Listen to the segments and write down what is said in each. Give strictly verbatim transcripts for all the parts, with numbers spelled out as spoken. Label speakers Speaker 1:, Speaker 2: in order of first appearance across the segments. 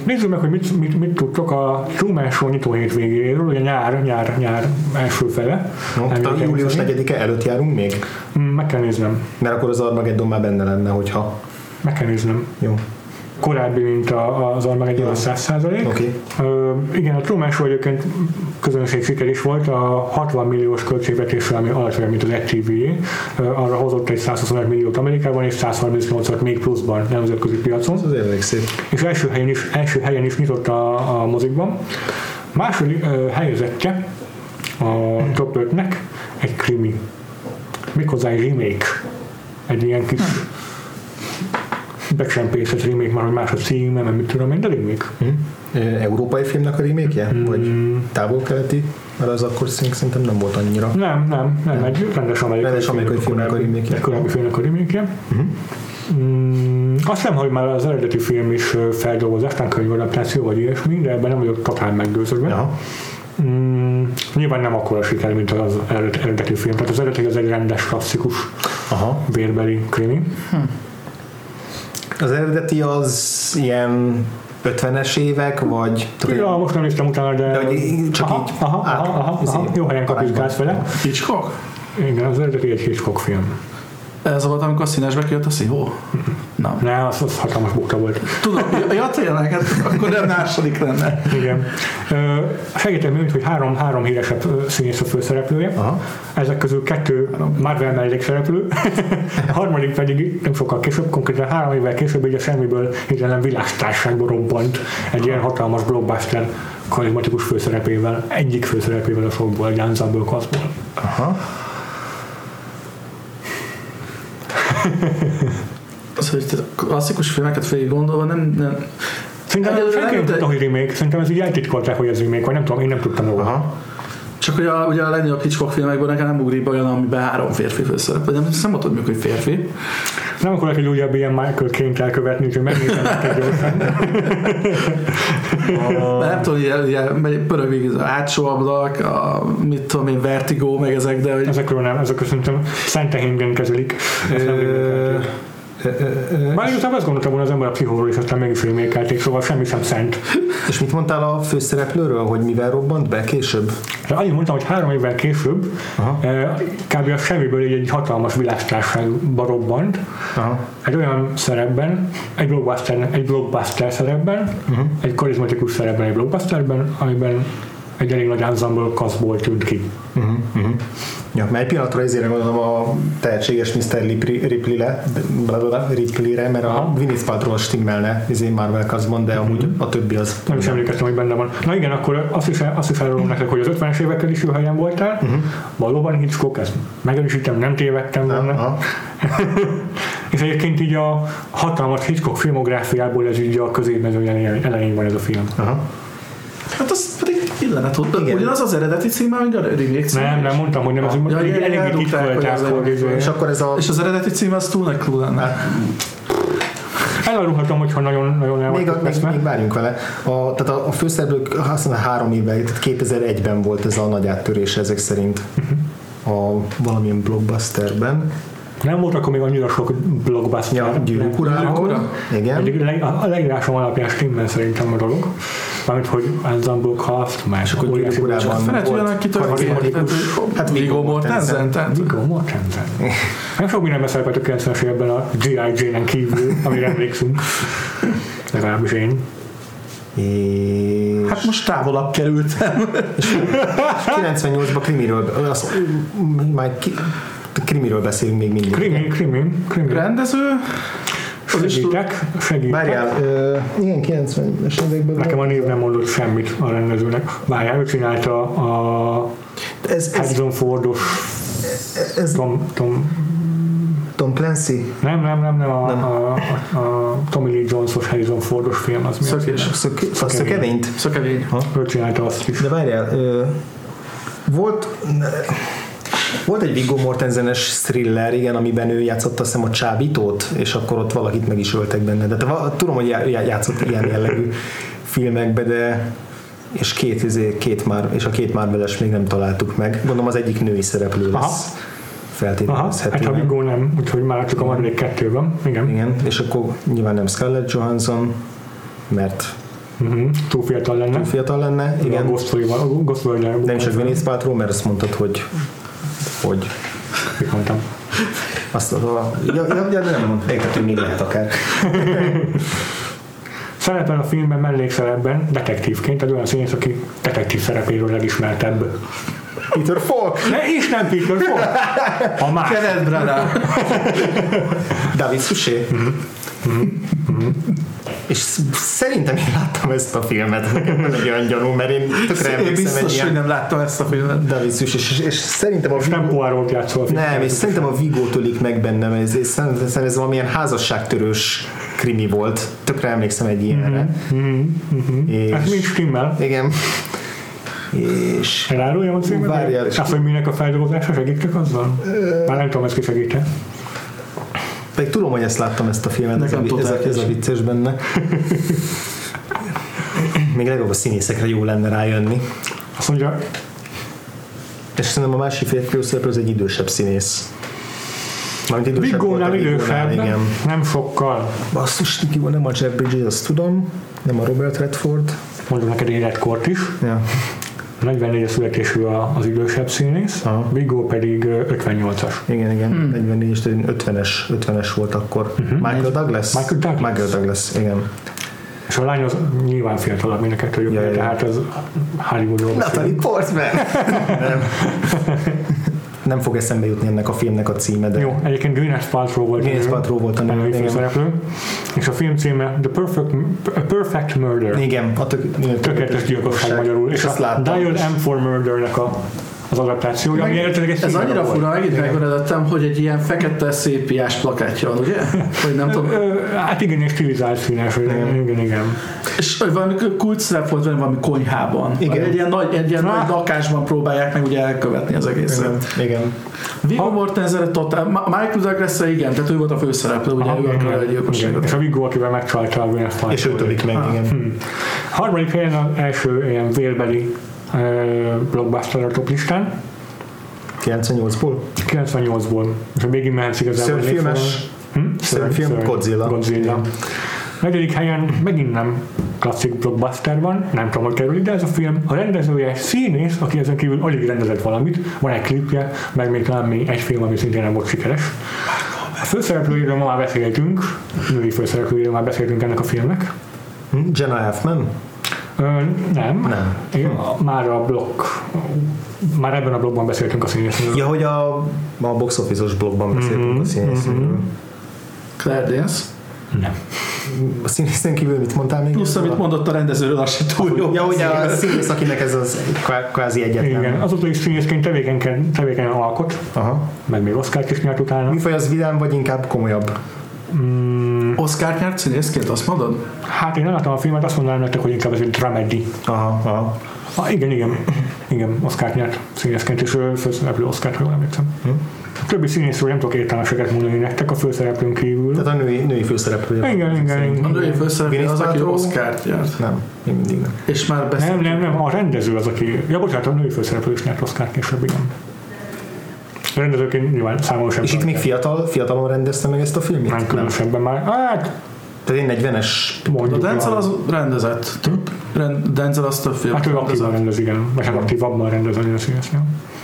Speaker 1: nézzük meg, hogy mit, mit, mit tudtok a Truman Show nyitó hétvégéről, ugye nyár, nyár, nyár első fele.
Speaker 2: No, a július negyedike előtt járunk még?
Speaker 1: Meg kell néznem.
Speaker 2: Mert akkor az Armageddon már benne lenne, hogyha...
Speaker 1: Meg kell néznem.
Speaker 2: Jó.
Speaker 1: Korábbi, mint a, az Armageddon a száz százalék.
Speaker 2: Okay.
Speaker 1: Uh, igen, a Truman Show egyébként közönség siker is volt, a hatvan milliós költségvetésre, ami alacsonyabb, mint az egy té vé, uh, arra hozott egy százhuszonöt milliót Amerikában, és százharmincnyolcat még pluszban nemzetközi piacon.
Speaker 2: Ez azért elég szép.
Speaker 1: És első helyen is, első helyen is nyitott a, a mozikban. Második uh, helyezettje a top ötnek egy krimi. Méghozzá egy remake. Egy ilyen kis becsempészett remake, már hogy más a címe, mert mit tudom én, de remake.
Speaker 2: Hmm. Európai filmnek a remake-je? Hmm. Vagy távol-keleti? Mert az akkor szerintem nem volt annyira.
Speaker 1: Nem, nem, nem, nem. Egy rendes amerikai,
Speaker 2: rendes amerikai filmnek a remake-je.
Speaker 1: Egy korábbi filmnek a remake-je. Hmm. Mm, azt nem, hogy már az eredeti film is feldolgozás, aztán könyvadaptáció vagy ilyesmi, de ebben nem vagyok totál meggyőződve. Ja. Mm, nyilván nem akkora siker, mint az eredeti film. Tehát az eredeti az egy rendes, klasszikus, aha, vérbeli krimi. Hm.
Speaker 2: Az eredeti az ilyen ötvenes évek, vagy...
Speaker 1: Ja, most nem néztem utána, de...
Speaker 2: de csak
Speaker 1: aha,
Speaker 2: így...
Speaker 1: Aha, át, aha, aha, aha, jó helyen kapizsgálsz vele.
Speaker 3: Hitchcock?
Speaker 1: Igen, az eredeti egy Hitchcock film.
Speaker 3: Ez volt, amikor a színesbe kijött a szívó?
Speaker 1: Nem. Ne, az, az hatalmas bukta volt.
Speaker 3: Tudom, ja tényleg, hát akkor nem második lenne.
Speaker 1: Igen. Segítem mint, hogy három, három híresebb színész a főszereplője. Aha. Ezek közül kettő Marvel mellékszereplő. A harmadik pedig nem sokkal később, konkrétan három évvel később, így a semmiből hirtelen világtárságba robbant egy ilyen hatalmas blockbuster karizmatikus főszerepével, egyik főszerepével a sokból, egy ensemble castból.
Speaker 2: Aha.
Speaker 3: Az, hogy klasszikus filmeket végig gondolva nem... nem
Speaker 1: szerintem senki nem tudta, hogy remake. Szerintem ez így eltitkolták, hogy ez remake, vagy nem tudom, én nem tudtam róla.
Speaker 3: Csak hogy a, ugye a legnagyobb Hitchcock filmekben nekem nem ugrik be olyan, amiben három férfi főszereplő. Nem, nem mondod még, hogy férfi.
Speaker 1: Nem akarok egy újabb ilyen Michael Caine-t elkövetni, úgyhogy megnézem neked gyorsan.
Speaker 3: Nem tudom, ilyen, ilyen pörög végig az átsó ablak, a, mit tudom én, Vertigo, meg ezek, de... Hogy...
Speaker 1: Ezekről nem, ezekről szerintem szentehényben kezelik. Már utána azt gondoltam volna az ember a pszichóról, és aztán mégis remékelték, szóval semmi sem szent.
Speaker 2: És mit mondtál a főszereplőről, hogy mivel robbant be később?
Speaker 1: De annyit mondtam, hogy három évvel később eh, kb. A semmiből egy, egy hatalmas világtárságba robbant. Aha. Egy olyan szerepben, egy blockbuster, egy blockbuster szerepben, uh-huh. egy karizmatikus szerepben, egy blockbusterben, amiben egy elég nagy ensemble castból tűnt ki.
Speaker 2: Uh-huh. Uh-huh. Ja, mert egy pillanatra ezért gondolom a tehetséges miszter Ripley-re, Ripley-re, mert aha. a Gwyneth Paltrow stimmelne ezért Marvel castban, de amúgy a többi az...
Speaker 1: Nem is emlékeztem, hogy benne van. Na igen, akkor azt is, azt is elrólom nektek, hogy az ötvenes évekkel is jó helyen voltál. Uh-huh. Valóban Hitchcock, ezt megerősítem, nem tévedtem benne. És egyébként így a hatalmas Hitchcock filmográfiából ez így a középmezőny elején van ez a film. Aha.
Speaker 3: Hát azt pedig illene tudod, ugyanaz az eredeti címe, mint a remake címe.
Speaker 1: Nem, nem mondtam, hogy nem, az ja, elég, elég kitkolták.
Speaker 2: És akkor ez a...
Speaker 3: És az eredeti címe az túl neklú lenne.
Speaker 1: Elárulhatom, hogyha nagyon, nagyon
Speaker 2: még, a, még, még várjunk vele. A, tehát a, a főszereplők azt mondja, három évvel, tehát kétezer-egyben volt ez a nagy áttörés ezek szerint a valamilyen blockbusterben.
Speaker 1: Nem volt akkor még annyira sok blockbuster.
Speaker 2: Ja, Gyűrűk Ura. Igen.
Speaker 1: A leírásom alapján stimmel szerintem a dolog. Mármint, hogy ensemble cast, más
Speaker 2: akkor Gyűrűk Urában
Speaker 3: Fenet ugyanak kitört. Hát Viggo Mortensen.
Speaker 1: Viggo Mortensen. Nem sok minden szerepelt a kilencvenes években a G I. Jane-en kívül, amire emlékszünk. Legalábbis én.
Speaker 2: És...
Speaker 3: Hát most távolabb kerültem.
Speaker 2: kilencvennyolcban krimiről, az, majd ki, krimiről beszélünk még mindig.
Speaker 1: Krimi, krimi, krimi.
Speaker 3: Rendező?
Speaker 1: Segítek, segítek.
Speaker 2: Várjál, uh, igen, kilencvenes években.
Speaker 1: Nekem a név nem mondott semmit a rendezőnek. Várjál, ő csinálta a ez, Harrison Fordos
Speaker 2: ez,
Speaker 1: Tom, Tom,
Speaker 2: Tom Clancy?
Speaker 1: Nem, nem, nem, nem a, nem. a, a, a Tommy Lee Jones-os Harrison Fordos film. Az
Speaker 2: Szökevényt?
Speaker 3: Szökevény.
Speaker 1: Ő csinálta azt is.
Speaker 2: De várjál, uh, volt... Volt egy Viggo Mortensen-es thriller, igen, amiben ő játszott azt hiszem a csábítót, és akkor ott valakit meg is öltek benne. De tudom, hogy játszott ilyen jellegű filmekbe, de és két, két már, és a két Marvel-es még nem találtuk meg. Gondolom az egyik női szereplő lesz. Feltételezhetően.
Speaker 1: Hát ha Viggo nem, úgyhogy már csak a maradék kettő van. Igen.
Speaker 2: Igen, és akkor nyilván nem Scarlett Johansson, mert
Speaker 1: Uh-huh. Túl fiatal lenne.
Speaker 2: Túl fiatal lenne, igen.
Speaker 1: Ghost Rider.
Speaker 2: Nem csak Gwyneth Paltrow, mert azt mondtad, hogy hogy
Speaker 1: mit mondtam?
Speaker 2: Azt a... Ja, ja, ja, nem mondtam. Érted, hogy még lehet akár.
Speaker 1: Szerepel a filmben mellékszerepben detektívként, tehát olyan színész, aki detektív szerepéről legismertebb.
Speaker 2: Peter Falk!
Speaker 1: Ne, és nem Peter Falk! A más.
Speaker 3: Kenneth Branagh.
Speaker 2: David Suchet. Mm-hmm. Mm-hmm. És szerintem én láttam ezt a filmet, nem egy olyan gyanú, mert én tökre
Speaker 3: emlékszem egy biztos, hogy nem láttam ezt a filmet.
Speaker 2: David Suchet, és, és szerintem a
Speaker 1: Viggo... Nem Poirot játszol.
Speaker 2: Nem, és szerintem a Viggo tölik meg bennem, ez, ez, szerintem ez valamilyen házasságtörős krimi volt. Tökre emlékszem egy ilyenre.
Speaker 1: Mm-hmm. Mm-hmm. És... Ez mind stimmel.
Speaker 2: Igen. És...
Speaker 1: Eláruljam a címet?
Speaker 2: Várjál.
Speaker 1: Azt, hogy minek a feldolgozása, segítek azzal? Ö... Már nem tudom, ezt ki segíte.
Speaker 2: Pedig tudom, hogy ezt láttam, ezt a filmet, ez a, ez, a, ez a vicces benne. Még legalább a színészekre jó lenne rájönni.
Speaker 1: Azt mondja...
Speaker 2: És szerintem a másik férfiúszereplő az egy idősebb színész.
Speaker 1: Viggónál idősebb, igen. Nem sokkal.
Speaker 2: Basszus, nem a Jeff Bridges, azt tudom, nem a Robert Redford.
Speaker 1: Mondom neked életkort is.
Speaker 2: Ja.
Speaker 1: negyvennégyes születésű az idősebb színész, Viggo pedig ötvennyolcas.
Speaker 2: Igen, igen, hmm. negyvennégyes, ötvenes, ötvenes volt akkor. Uh-huh. Michael Douglas?
Speaker 1: Michael Douglas.
Speaker 2: Michael Douglas, igen.
Speaker 1: És a lány az nyilván fiatalabb, mind a kettő, ja, tehát az Hollywoodról.
Speaker 2: Natalie Portman! Nem. Nem fog eszembe jutni ennek a filmnek a címe, de...
Speaker 1: Jó, egyébként Gwyneth Paltrow volt,
Speaker 2: Gwyneth Paltrow volt a
Speaker 1: női főszereplő. És a film címe The Perfect, a Perfect Murder.
Speaker 2: Igen, a tök,
Speaker 1: tökéletes gyilkosság magyarul. És, és a Dial M for Murder-nek a az adaptációja. Ami
Speaker 3: ez annyira fura, megint megveredettem, hogy egy ilyen fekete szépiás plakátja van, ugye? Vagy nem tudom.
Speaker 1: Hát igen, és stilizált színes, igen, igen, igen.
Speaker 3: És valami kult szerep volt valami konyhában. Igen. Egy ilyen nagy, egy ilyen nagy lakásban próbálják meg ugye elkövetni az egészet.
Speaker 2: Igen. igen.
Speaker 3: Viggo Mortensen totál, Michael Douglas-re igen, tehát ő volt a főszereplő, ugye ő akar egy gyilkosságot.
Speaker 1: És a Viggo, akivel megcsalta a Gwyneth Paltrow.
Speaker 2: És ő tölik meg, igen.
Speaker 1: Hmm. Harmadik helyen az első ilyen vérbeli blockbuster a top listán.
Speaker 2: kilencvennyolcból?
Speaker 1: kilencvennyolcból. És a végig mehetsz igazából.
Speaker 2: Szörnyfilmes? Hm? Szörnyfilm? Godzilla.
Speaker 1: Godzilla. Negyedik helyen megint nem klasszik blockbuster van, nem tudom, hogy kerül, de ez a film a rendezője színész, aki ezen kívül alig rendezett valamit, van egy klipje, meg még talán még egy film, ami szintén nem volt sikeres. A főszereplőjéről ma már beszéltünk, női főszereplőjéről már beszéltünk ennek a filmnek.
Speaker 2: Jenna Elfman?
Speaker 1: Ö, nem.
Speaker 2: nem.
Speaker 1: Én, már a blog, már ebben a blogban beszéltünk a színészről.
Speaker 2: Ja, hogy a, a box office-os blogban beszéltünk mm-hmm. a színészről. Mm-hmm.
Speaker 3: Claire Danes?
Speaker 1: Nem.
Speaker 2: A színészen kívül mit mondtál még?
Speaker 3: Plusz, amit mondott a rendezőről, az sem túl jó.
Speaker 2: Ja, ugye a színész, akinek ez az kvázi egyetlen.
Speaker 1: Igen, azóta is színészként tevékenyen, tevékenyen alkot,
Speaker 2: aha.
Speaker 1: Meg még Oscar-t is nyert utána.
Speaker 2: Mi faj az vidám, vagy inkább komolyabb?
Speaker 1: Mm.
Speaker 3: Oscar nyert színészként, azt mondod?
Speaker 1: Hát én nem láttam a filmet, azt mondanám nektek, hogy inkább ez egy dramedy.
Speaker 2: Aha, aha.
Speaker 1: Ah, igen, igen. Igen, Oscar-t nyert színészként, és főszereplő Oscar-t, ha jól emlékszem. Hm? A többi színészről nem tudok értelmeseket mondani nektek a főszereplőn kívül.
Speaker 2: Tehát a női, női főszereplője.
Speaker 1: Igen, igen, igen.
Speaker 3: A női főszereplő az, aki Oscar-t nyert.
Speaker 2: Nem, én mindig nem.
Speaker 3: És már beszélt.
Speaker 1: Nem, nem, nem, a rendező az, aki... Ja, bocsánat, a női főszereplő is nyert Oscar-t később, igen. A rendezőként nyilván számomra sem.
Speaker 2: És itt még fiatal, fiatalon rendezte meg ezt a filmet?
Speaker 1: Nem, különösebben már. Hát...
Speaker 2: Tehát én negyvenes...
Speaker 3: A Denzel az rendezett. Több. Rend, Denzel az több filmet
Speaker 1: hát ő aktívan rendez, igen. Vagy hát aktívabban rendez a színésznél.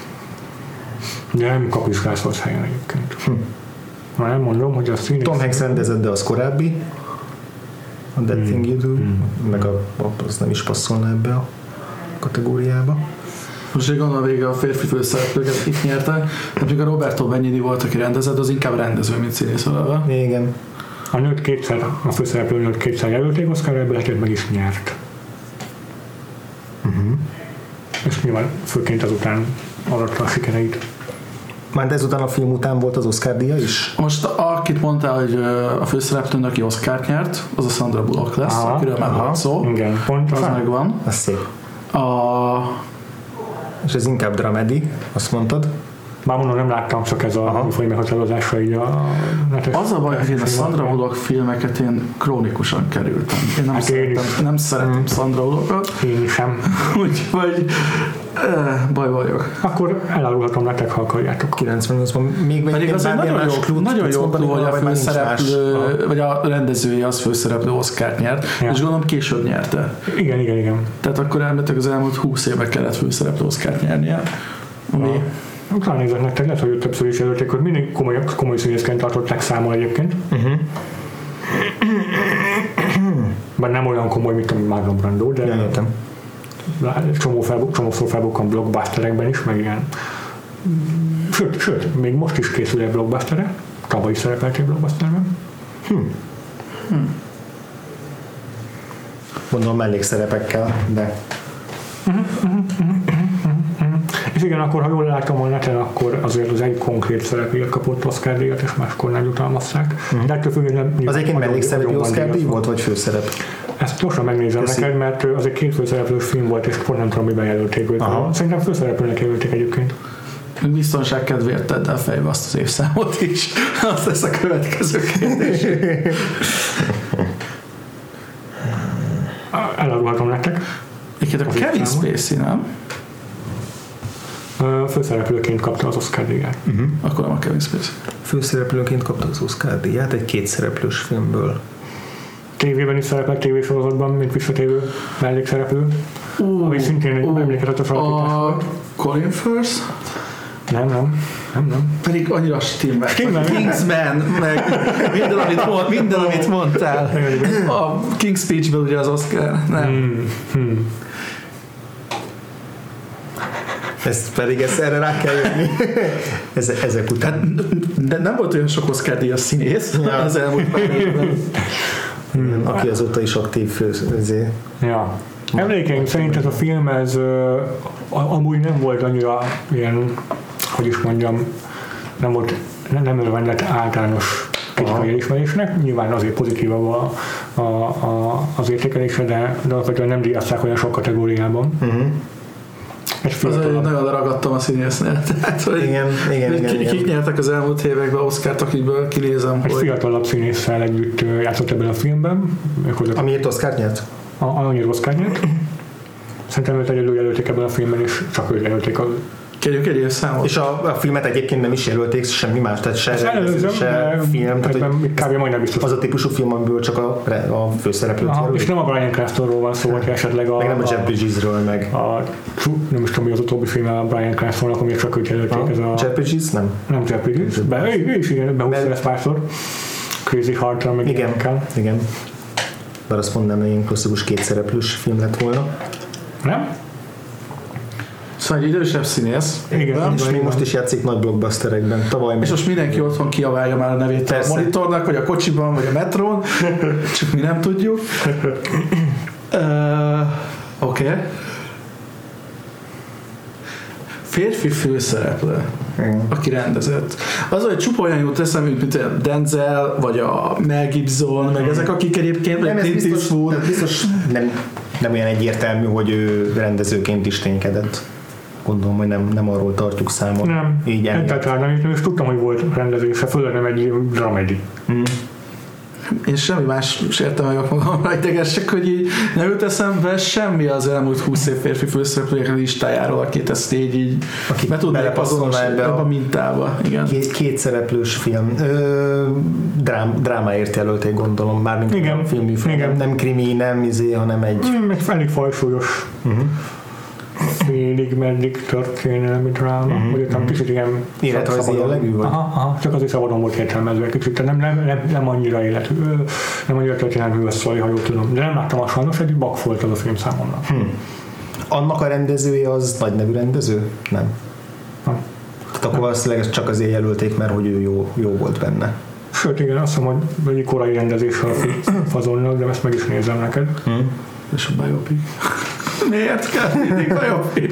Speaker 1: De nem kapizsgászolsz helyen egyébként. Hm. Már nem mondom, hogy a színész...
Speaker 2: Tom Hanks rendezett, de az korábbi. A That hmm. Thing You Do. Hmm. Meg a, az nem is passzolna ebbe a kategóriába.
Speaker 3: Most egy gondolom vége a férfi főszereplőket itt nyerte. Hát még a Roberto Benigni volt, aki rendezett, az inkább rendező, mint színész valahol.
Speaker 2: Igen.
Speaker 1: A nőt kétszer, a főszereplő nőt kétszer jelölték Oscarra, ebből egyet meg is nyert.
Speaker 2: Uh-huh.
Speaker 1: És nyilván főként azután aratta a sikereit.
Speaker 2: Már ezután a film után volt az Oscar-díja is?
Speaker 3: Most akit mondtál, hogy a főszereplőnök, aki Oscar-t nyert, az a Sandra Bullock lesz, aha, akiről már volt szó.
Speaker 1: Igen, pont
Speaker 3: az megvan.
Speaker 2: Ez szép.
Speaker 3: A...
Speaker 2: És ez inkább dramedy, azt mondtad?
Speaker 1: Bár mondom, nem láttam, csak ez a műfaj meghatározásra így a netes.
Speaker 3: Az a baj, hogy én a Sandra Bullock filmeket én krónikusan kerültem. Én nem,
Speaker 1: hát
Speaker 3: szeretem,
Speaker 1: én
Speaker 3: nem szeretem Sandra Bullockot.
Speaker 1: Én sem.
Speaker 3: Úgyhogy eh, baj vagyok.
Speaker 1: Akkor elárulhatom nektek, ha akarjátok.
Speaker 2: kilencvennyolcban még
Speaker 3: pedig az egy nagyon jó, nagyon jó túl, hogy a főszereplő, vagy a rendezője az főszereplő Oscart nyert, ja. És gondolom később nyerte.
Speaker 1: Igen, igen, igen.
Speaker 3: Tehát akkor elméletileg az elmúlt húsz évben kellett főszereplő Oscart nyernie. Ami...
Speaker 1: Utána nézek nektek, lehet, hogy többször is jelölték, hogy mindig komoly, komoly színészként tartották számol egyébként. Uh-huh. Bár nem olyan komoly, mint a Marlon Brando, de
Speaker 2: ja,
Speaker 1: csomó felbuk, csomószor felbukkan blockbusterekben is, meg ilyen. Sőt, sőt, még most is készül egy blockbustere, tavaly is szerepelt egy blockbusterben.
Speaker 2: Hmm. Hmm. Gondolom mellékszerepekkel, de...
Speaker 1: Uh-huh, uh-huh, uh-huh, uh-huh. És igen, akkor ha jól látom a neten, akkor azért az egy konkrét szerepért kapott Oscar díjat, és máskor nem jutalmazták. Uh-huh. De ettől függően
Speaker 2: az egyébként mellékszerepi Oscar díj volt, vagy főszerep?
Speaker 1: Ezt gyorsan megnézem Köszi. neked, mert az egy két főszereplős film volt, és pont nem tudom, miben jelölték őt. Szerintem főszereplőnek jelölték egyébként.
Speaker 3: Biztonság kedvéért tedd el fejbe azt az évszámot is. Azt lesz a következő kérdés.
Speaker 1: Elárulhatom nektek.
Speaker 3: Egyébként a Kevin Spacey, nem?
Speaker 1: Főszereplőként kapta az Oscar díját.
Speaker 3: Uh-huh. Akkor nem a Kevin Spacey.
Speaker 2: Főszereplőként kapta az Oscar díját egy kétszereplős filmből.
Speaker 1: Tévében is szerepelt, tévésorozatban, mint visszatérő mellékszereplő. Uh, ami szintén egy uh, emlékezetes alapítás volt.
Speaker 3: Colin Firth?
Speaker 1: Nem, nem. Nem, nem.
Speaker 3: Pedig annyira stimmel. Kingsman, meg minden, amit, mond, minden, amit mondtál. A King's Speech-ből ugye az Oscar. Nem. Hmm. Hmm.
Speaker 2: Ez pedig ezt erre rá kell jönni. Ez, ezek után.
Speaker 3: Hát, de nem volt olyan sok Oscar díjas színész ja. az elmúlt pár évben.
Speaker 2: Hmm. Aki azóta is aktív főzé.
Speaker 1: Ja. Emlékeim szerint ez a film, ez uh, amúgy nem volt annyira ilyen, hogy is mondjam, nem volt, nem, nem örvendett általános kritikai elismerésnek. Nyilván azért pozitívabb a, a, a, az értékelése, de, de alapvetően nem díjazták olyan sok kategóriában. Uh-huh.
Speaker 3: Azért nagyon ragadtam a színésznél. Tehát, hogy
Speaker 2: igen, igen, igen,
Speaker 3: kik
Speaker 2: igen.
Speaker 3: nyertek az elmúlt években Oscart, akikből kinézem.
Speaker 1: Egy hogy... fiatalabb színésszel együtt játszott ebben a filmben.
Speaker 2: Amiért Oscart nyert?
Speaker 1: Annyira Oscart nyert. Szerintem őt egyedül jelölték ebben a filmben, és csak őt jelölték a...
Speaker 3: Kérjük egy évszámot.
Speaker 2: És a, a filmet egyébként nem is jelölték, semmi más, tehát se, előzöm, se film. Tehát,
Speaker 1: kb. Majdnem biztos.
Speaker 2: Az a típusú film, amiből csak a, a főszereplőt jelölik.
Speaker 1: És nem a Bryan Cranstonról van szó, hogy esetleg a...
Speaker 2: Meg nem a Jeff Bridgesről, meg...
Speaker 1: A, nem is tudom, mi az utóbbi film a Bryan Cranstonnak, amíg csak őt jelölték.
Speaker 2: A,
Speaker 1: ez a,
Speaker 2: Jeff Bridges? Nem.
Speaker 1: Nem Jeff Bridges, de ő, ő is igen, behúzta ezt párszor. Crazy Heart-ra meg
Speaker 2: igen, igen. Bár azt mondanám, hogy ilyen klasszikus kétszereplős film lett volna.
Speaker 1: Nem?
Speaker 3: Szóval egy idősebb színész.
Speaker 2: Igen, és még most is játszik nagy blockbusterekben. Tavaly
Speaker 3: és most mindenki otthon kiabálja már a nevét Persze. a monitornak, vagy a kocsiban, vagy a metrón. Csak mi nem tudjuk. uh, Oké. Okay. Férfi főszereplő, mm. aki rendezett. Az, hogy csupa olyan jut eszembe, mint a Denzel, vagy a Mel Gibson, meg mm. ezek, akik egyébként,
Speaker 2: nem, ez biztos, biztos nem, nem olyan egyértelmű, hogy ő rendezőként is ténykedett. Gondolom, hogy nem, nem arról tartjuk számon.
Speaker 1: Nem, egyáltalán nem, és tudtam, hogy volt rendezése, főleg nem egy dramedi. Mm.
Speaker 3: Én semmi más sértem meg magamra ideges, csak hogy így nem jut eszembe semmi az elmúlt húsz év férfi főszereplőjének listájáról, akit ezt így, így be tudnék azonosítani ebbe a mintába. Igen.
Speaker 2: Két, két szereplős film. Ö, drám, drámáért jelölték, gondolom, mármint
Speaker 1: igen,
Speaker 2: a filmműfaj. Nem, nem krimi, nem izé, hanem egy...
Speaker 1: Mm, egy elég fajsúlyos. Uh-huh. Félig meddig történelmi dráma, uh-huh. vagy utána kicsit ilyen
Speaker 2: életrajzi jellegű vagy?
Speaker 1: Aha, aha, csak azért szabadon volt értelmezve kicsit, nem, nem, nem, nem annyira életű, nem annyira történelmű a sztori, ha jól tudom. De nem láttam a sajnos, egy bak volt az a film számomra. Hmm.
Speaker 2: Annak a rendezője az nagy nevű rendező? Nem. Ha. Tehát akkor valószínűleg csak azért jelölték, mert hogy ő jó, jó volt benne.
Speaker 1: Sőt, igen, azt mondom, hogy egy korai rendezéssel fazolnak, de ezt meg is nézem neked. Hmm.
Speaker 3: És a biopic. Miért kell mindig biopic?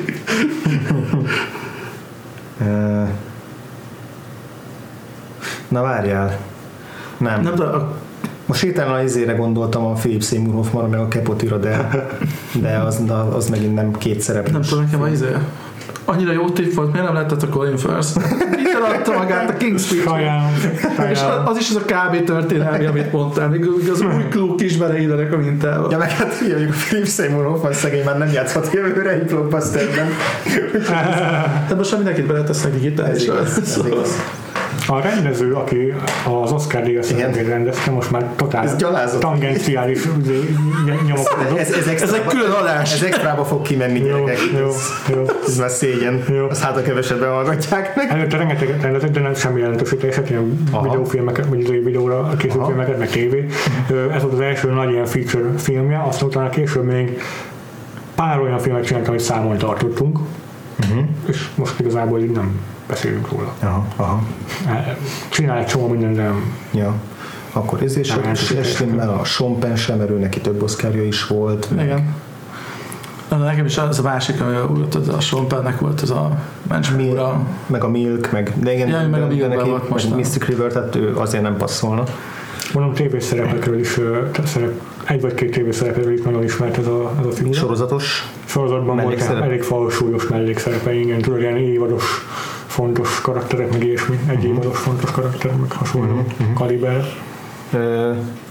Speaker 2: Na várjál. Nem. Nem, de a... Most hirtelen az izére gondoltam a Philip Seymour Hoffmanra, meg a Capotira, de, de az, az megint nem két szereplős.
Speaker 3: Nem tudom, nekem az izé. annyira jó tipp volt, miért nem lettet a Colin Firth? Itt adta magát a King's Speech. És az is az a kb. Történelmi, amit mondtál, még az új klub is beleillenek a mintával.
Speaker 2: Ja, meg hát figyeljuk, a Philip Seymour Hoffman szegény már nem játszhat jövőre egy blockbusterben.
Speaker 3: Hát most már mindenkit beletesznek digitálisan.
Speaker 1: A rendező, aki az Oscar díjat rendezte, most már totál tangenciális nyomokodott.
Speaker 2: Ez, ez,
Speaker 3: ez egy külön adás.
Speaker 2: Ez extrába fog kimenni, gyerekek. Jó, jó, jó. Ez már szégyen. Jó. Azt hát a kevesebben hallgatják meg.
Speaker 1: Előtte rengeteget rendezett, de nem semmi jelentősítések, ilyen videófilmeket, vagy izé videóra készült Aha. filmeket, meg tévé. Ez volt az első nagy ilyen feature filmje, azt utána később még pár olyan filmet csináltam, amit számon tartottunk, uh-huh. és most igazából így nem beszélünk róla.
Speaker 2: Aha, aha.
Speaker 1: Csinál egy csomó minden, de nem.
Speaker 2: Ja. Akkor ez és Ashton-mel a Sean Penn sem, mert ő neki több oszkárja is volt.
Speaker 3: Igen. Na, nekem is az a másik, ami a Sean Pennnek volt, az a Mencsmúra.
Speaker 2: Meg a Milk, meg, de igen,
Speaker 3: ja, meg a Milk neki,
Speaker 2: volt most. Mystic River, tehát ő azért nem passzolna.
Speaker 1: Mondom, tévés szerepekről is, szerep, egy vagy két tévés szerepekről is nagyon ismert ez a, ez a film.
Speaker 2: Sorozatos?
Speaker 1: Sorozatban volt elég falsúlyos mellékszerepei, igen, tudod, ilyen évados fontos karakterek, meg ilyesmi, egy uh-huh. évados fontos karakterek, meg hasonló uh-huh. kaliber. Uh,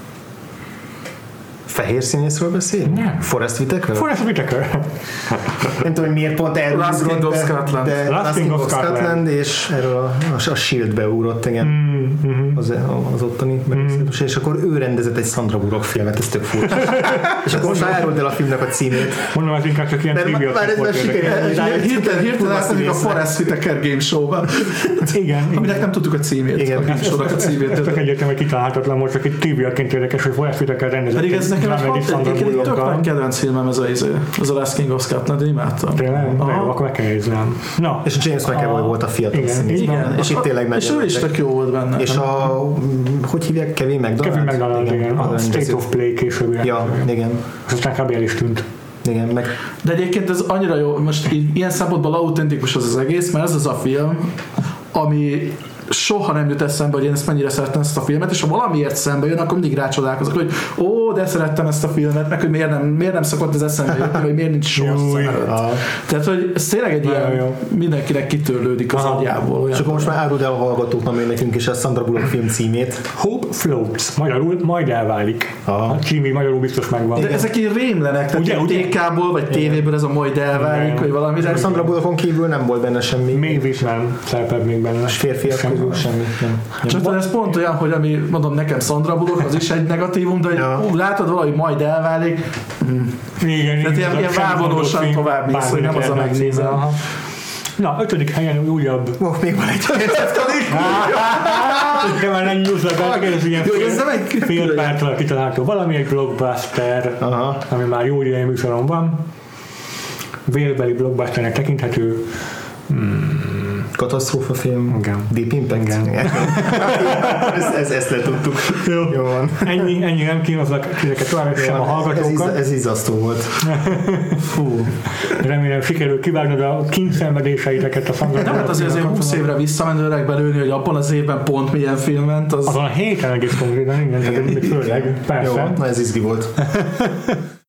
Speaker 2: fehér színészről beszél?
Speaker 1: Nem.
Speaker 2: Forrest Whitaker?
Speaker 1: Forrest Whitaker.
Speaker 2: Nem tudom, hogy miért pont erről
Speaker 3: Last King of Scotland.
Speaker 2: De Last King of Scotland, és erről a, a, a Shield-be ugrott, igen. Mm-hmm. Az, az ottani mm. és akkor ő rendezett egy Sandra Bullock filmet, ez tök furcsa. És akkor most áruld el a filmnek a címét.
Speaker 1: Mondom, az inkább csak ilyen trivia.
Speaker 2: Már ez már sikerült.
Speaker 3: Hirtelen, hirtelen átadjuk a Forrest Whitaker Game Show-ba.
Speaker 1: Igen.
Speaker 3: Aminek nem tudtuk a címét.
Speaker 2: Igen.
Speaker 3: A Game Show-nak a címét.
Speaker 1: Csak egyértelmű, hogy kitalálhatatlan volt, csak egy triviaként érdekes, hogy Forrest Whitaker rendezett.
Speaker 3: Pedig ez nekem egy tök nagy kedvenc filmem ez a izé. Az a Last King of Scotland, én imádtam.
Speaker 1: Tényleg? Akkor meg kell néznem.
Speaker 2: Na. És James McAvoy volt a fiatal színész.
Speaker 3: Igen.
Speaker 2: És itt tényleg
Speaker 3: és ő is tök jó volt benne.
Speaker 2: És a hogy hívják? Kevin McDonald?
Speaker 1: Kevin McDonald, igen. igen. A State of Play később.
Speaker 2: Ja, igen.
Speaker 1: És aztán kb. El is tűnt.
Speaker 2: Igen, meg.
Speaker 3: De egyébként ez annyira jó, most így, ilyen szempontból autentikus az az egész, mert ez az a film, ami soha nem jut eszembe, hogy én ezt mennyire szerettem ezt a filmet, és ha valamiért szembe jön, akkor mindig rácsodálkozok, hogy ó, de szerettem ezt a filmet, meg hogy miért nem, miért nem szokott ez eszembe jutni, vagy miért nincs soha szem előtt. Tehát, hogy ez tényleg egy ilyen, jó. Mindenkinek kitörlődik az agyából.
Speaker 2: És akkor most már áruld el a hallgatóknak még nekünk is a Sandra Bullock film címét.
Speaker 1: Hope Floats. Magyarul majd elválik. Aha. A című magyarul biztos megvan.
Speaker 3: De ezek így rémlenek, tehát ugye, ugye? té ká-ból vagy tévéből ez a majd elválik, vagy valami.
Speaker 2: De Sandra Bullockon kívül nem volt benne semmi.
Speaker 1: Még is nem szerepel még benne.
Speaker 2: És férfiak közül semmi.
Speaker 3: Csak ez pont olyan, hogy ami mondom nekem Sandra Bullock, az is egy negatívum, de ja. ú, látod valahogy majd elválik. Mm.
Speaker 1: Igen,
Speaker 3: tehát ilyen, ilyen vávolósan tovább mész, hogy nem az a megnézem.
Speaker 1: Na, ötödik helyen újabb.
Speaker 2: Oh, még van egy
Speaker 1: de már nem nyúzlak, ez ilyen fél pártól kitalálható valami, egy blockbuster, aha. Ami már jó ideje műsoron van. Vélbeli blockbusternek tekinthető.
Speaker 2: Hmm. Katasztrófa film.
Speaker 1: Igen.
Speaker 2: Deep Impact.
Speaker 1: Igen.
Speaker 2: ezt, ezt, ezt letudtuk.
Speaker 1: Jó. Jó van. Ennyi, ennyi nem kínozlak titeket tovább sem a hallgatókat.
Speaker 2: Ez, ez izzasztó volt.
Speaker 1: Fú. Remélem sikerül kivágnod a kínszenvedéseiteket a fangatókat.
Speaker 3: Nem, hát azért azért húsz évre visszamenőleg belőni, hogy abban az évben pont milyen film ment. Az...
Speaker 1: Azon a héten egész konkrétan, igen, igen. Főleg, persze.
Speaker 2: Jó, na ez izgi volt.